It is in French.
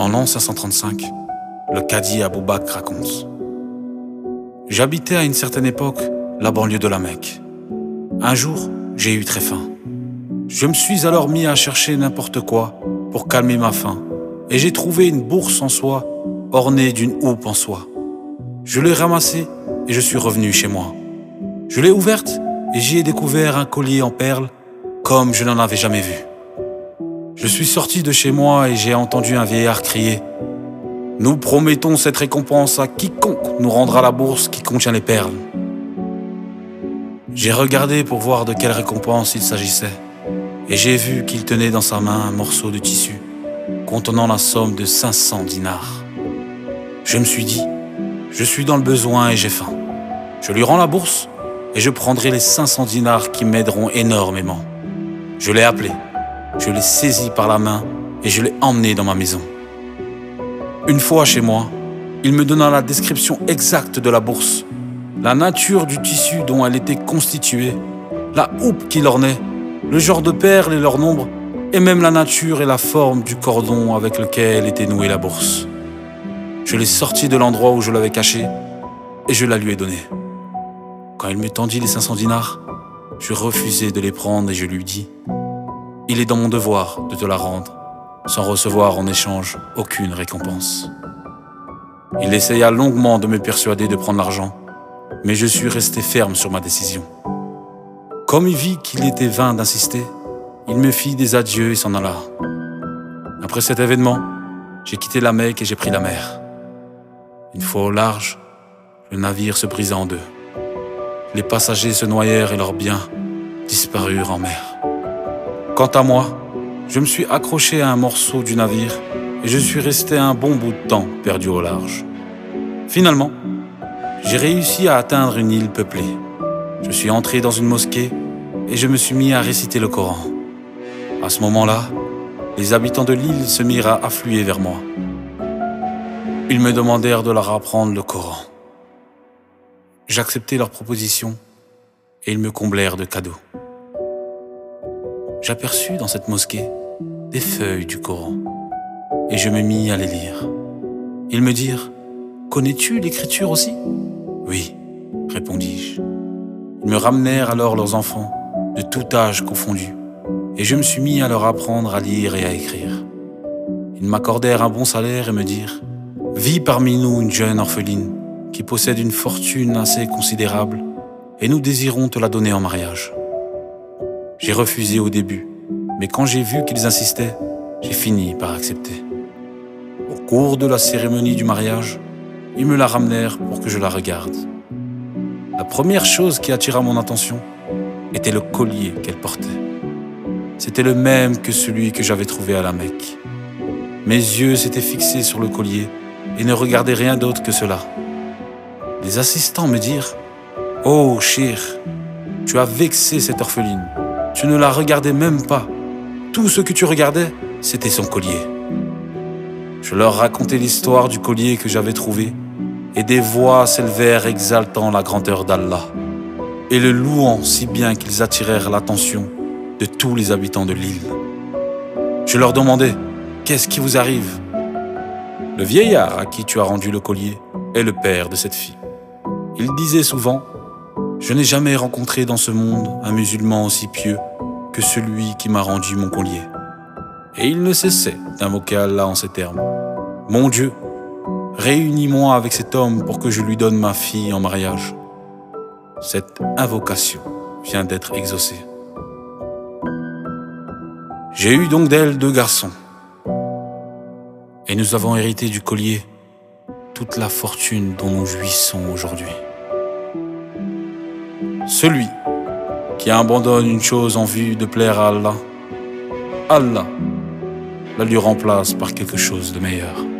En l'an 535, le cadi Abou Bakr raconte: j'habitais à une certaine époque la banlieue de la Mecque. Un jour, j'ai eu très faim. Je me suis alors mis à chercher n'importe quoi pour calmer ma faim, et j'ai trouvé une bourse en soie ornée d'une houppe en soie. Je l'ai ramassée et je suis revenu chez moi. Je l'ai ouverte et j'y ai découvert un collier en perles comme je n'en avais jamais vu. Je suis sorti de chez moi et j'ai entendu un vieillard crier: nous promettons cette récompense à quiconque nous rendra la bourse qui contient les perles. J'ai regardé pour voir de quelle récompense il s'agissait, et j'ai vu qu'il tenait dans sa main un morceau de tissu contenant la somme de 500 dinars. Je me suis dit: je suis dans le besoin et j'ai faim. Je lui rends la bourse et je prendrai les 500 dinars qui m'aideront énormément. Je l'ai appelé, je l'ai saisi par la main et je l'ai emmené dans ma maison. Une fois chez moi, il me donna la description exacte de la bourse, la nature du tissu dont elle était constituée, la houppe qui l'ornait, le genre de perles et leur nombre, et même la nature et la forme du cordon avec lequel était nouée la bourse. Je l'ai sortie de l'endroit où je l'avais cachée et je la lui ai donnée. Quand il me tendit les 500 dinars, je refusai de les prendre et je lui dis: il est dans mon devoir de te la rendre, sans recevoir en échange aucune récompense. Il essaya longuement de me persuader de prendre l'argent, mais je suis resté ferme sur ma décision. Comme il vit qu'il était vain d'insister, il me fit des adieux et s'en alla. Après cet événement, j'ai quitté la Mecque et j'ai pris la mer. Une fois au large, le navire se brisa en deux. Les passagers se noyèrent et leurs biens disparurent en mer. Quant à moi, je me suis accroché à un morceau du navire et je suis resté un bon bout de temps perdu au large. Finalement, j'ai réussi à atteindre une île peuplée. Je suis entré dans une mosquée et je me suis mis à réciter le Coran. À ce moment-là, les habitants de l'île se mirent à affluer vers moi. Ils me demandèrent de leur apprendre le Coran. J'acceptai leur proposition et ils me comblèrent de cadeaux. J'aperçus dans cette mosquée des feuilles du Coran et je me mis à les lire. Ils me dirent: connais-tu l'écriture aussi? Oui, répondis-je. Ils me ramenèrent alors leurs enfants, de tout âge confondu, et je me suis mis à leur apprendre à lire et à écrire. Ils m'accordèrent un bon salaire et me dirent: vis parmi nous une jeune orpheline qui possède une fortune assez considérable et nous désirons te la donner en mariage. J'ai refusé au début, mais quand j'ai vu qu'ils insistaient, j'ai fini par accepter. Au cours de la cérémonie du mariage, ils me la ramenèrent pour que je la regarde. La première chose qui attira mon attention était le collier qu'elle portait. C'était le même que celui que j'avais trouvé à la Mecque. Mes yeux s'étaient fixés sur le collier et ne regardaient rien d'autre que cela. Les assistants me dirent: oh, Chir, tu as vexé cette orpheline. Tu ne la regardais même pas. Tout ce que tu regardais, c'était son collier. Je leur racontai l'histoire du collier que j'avais trouvé et des voix s'élevèrent exaltant la grandeur d'Allah et le louant si bien qu'ils attirèrent l'attention de tous les habitants de l'île. Je leur demandai: qu'est-ce qui vous arrive? Le vieillard à qui tu as rendu le collier est le père de cette fille. Il disait souvent: je n'ai jamais rencontré dans ce monde un musulman aussi pieux que celui qui m'a rendu mon collier. Et il ne cessait d'invoquer Allah en ces termes: mon Dieu, réunis-moi avec cet homme pour que je lui donne ma fille en mariage. Cette invocation vient d'être exaucée. J'ai eu donc d'elle 2 garçons. Et nous avons hérité du collier toute la fortune dont nous jouissons aujourd'hui. Celui qui abandonne une chose en vue de plaire à Allah, Allah la lui remplace par quelque chose de meilleur.